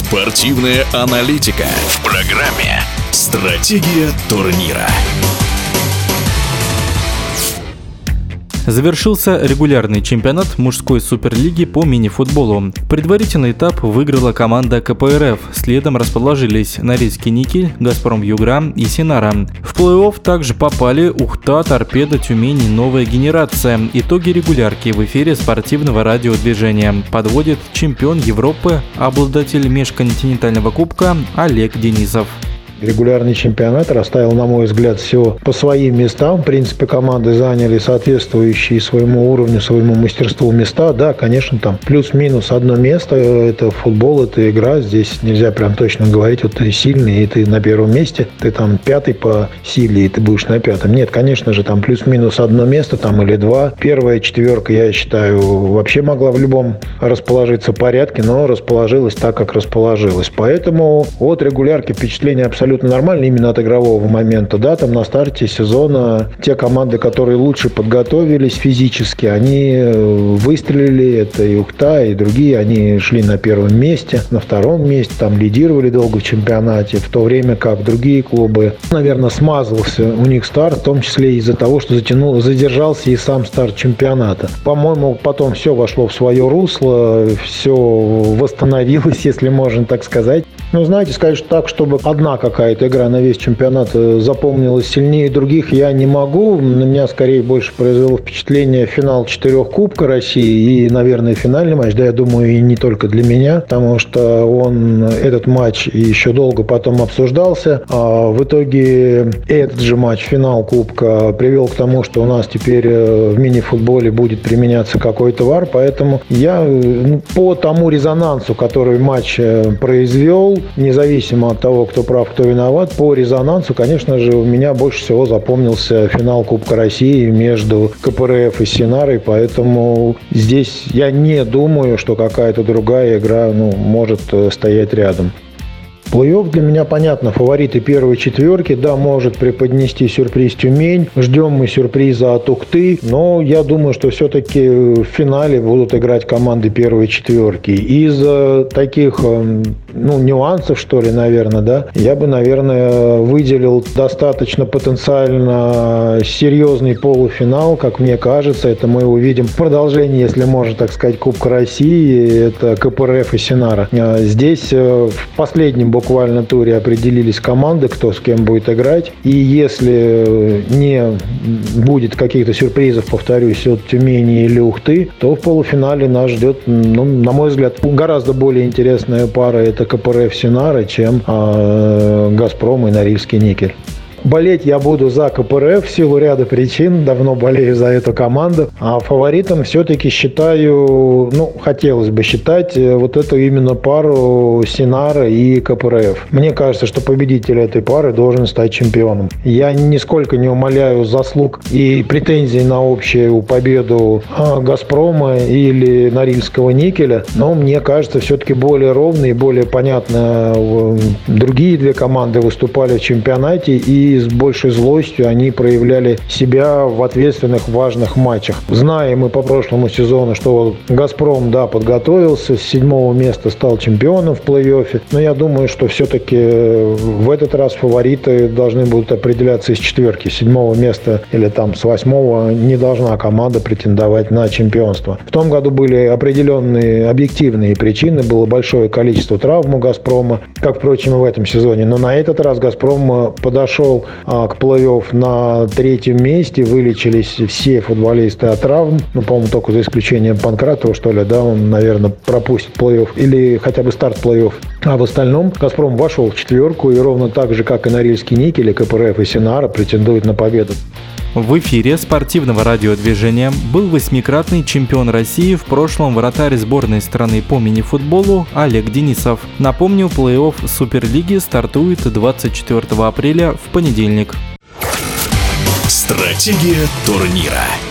Спортивная аналитика в программе «Стратегия турнира». Завершился регулярный чемпионат мужской суперлиги по мини-футболу. Предварительный этап выиграла команда КПРФ. Следом расположились Норильский Никель, Газпром Югра и Синара. В плей-офф также попали Ухта, Торпедо, Тюмень и Новая генерация. Итоги регулярки в эфире спортивного радиодвижения подводит чемпион Европы, обладатель межконтинентального кубка Олег Денисов. Регулярный чемпионат расставил, на мой взгляд, все по своим местам. В принципе, команды заняли соответствующие своему уровню, своему мастерству места. Да, конечно, там плюс-минус одно место. Это футбол, это игра. Здесь нельзя прям точно говорить, вот ты сильный, и ты на первом месте. Ты там пятый по силе, и ты будешь на пятом. Нет, конечно же, там плюс-минус одно место, там или два. Первая четверка, я считаю, вообще могла в любом расположиться порядке, но расположилась так, как расположилась. Поэтому от регулярки впечатление абсолютно нормально именно от игрового момента. Да, там на старте сезона те команды, которые лучше подготовились физически, они выстрелили. Это и Ухта, и другие. Они шли на первом месте, на втором месте, там лидировали долго в чемпионате, в то время как другие клубы, наверное, смазался у них старт, в том числе из-за того, что задержался и сам старт чемпионата. По-моему, потом все вошло в свое русло, все восстановилось, если можно так сказать. Ну, знаете, сказать так, чтобы одна какая-то игра на весь чемпионат запомнилась сильнее других, я не могу. На меня скорее больше произвело впечатление финал 4 Кубка России и, наверное, финальный матч. Да, я думаю, и не только для меня, потому что этот матч еще долго потом обсуждался. А в итоге этот же матч, финал Кубка, привел к тому, что у нас теперь в мини-футболе будет применяться какой-то ВАР. Поэтому я по тому резонансу, который матч произвел, независимо от того, кто прав, кто виноват, по резонансу, конечно же, у меня больше всего запомнился финал Кубка России между КПРФ и Синарой, поэтому здесь я не думаю, что какая-то другая игра может стоять рядом. Плей-офф для меня понятно. Фавориты первой четверки. Да, может преподнести сюрприз Тюмень. Ждем мы сюрприза от Ухты. Но я думаю, что все-таки в финале будут играть команды первой четверки. Из таких нюансов, что ли, наверное, да, я бы, наверное, выделил достаточно потенциально серьезный полуфинал, как мне кажется. Это мы увидим в продолжении, если можно так сказать, Кубка России. Это КПРФ и Синара. Здесь в последнем буквально туре определились команды, кто с кем будет играть. И если не будет каких-то сюрпризов, повторюсь, от Тюмени или Ухты, то в полуфинале нас ждет, на мой взгляд, гораздо более интересная пара. Это КПРФ Синара, чем Газпром и Норильский Никель. Болеть я буду за КПРФ в силу ряда причин. Давно болею за эту команду. А фаворитом все-таки считаю, хотелось бы считать вот эту именно пару Синара и КПРФ. Мне кажется, что победитель этой пары должен стать чемпионом. Я нисколько не умаляю заслуг и претензий на общую победу Газпрома или Норильского Никеля, но мне кажется, все-таки более ровно и более понятно другие две команды выступали в чемпионате, и с большей злостью они проявляли себя в ответственных, важных матчах. Знаем мы по прошлому сезону, что «Газпром», подготовился, с 7-го места стал чемпионом в плей-оффе, но я думаю, что все-таки в этот раз фавориты должны будут определяться из четверки. С 7-го места или там с 8-го не должна команда претендовать на чемпионство. В том году были определенные объективные причины, было большое количество травм у «Газпрома», как, впрочем, и в этом сезоне, но на этот раз «Газпром» подошел к плей-офф на 3-м месте, вылечились все футболисты от травм, по-моему, только за исключением Панкратова, что ли, да, он, наверное, пропустит плей-офф или хотя бы старт плей-офф. А в остальном «Газпром» вошел в четверку, и ровно так же, как и Норильский Никель, КПРФ и Синара претендуют на победу. В эфире спортивного радиодвижения был 8-кратный чемпион России, в прошлом вратарь сборной страны по мини-футболу Олег Денисов. Напомню, плей-офф Суперлиги стартует 24 апреля в понедельник. Стратегия турнира.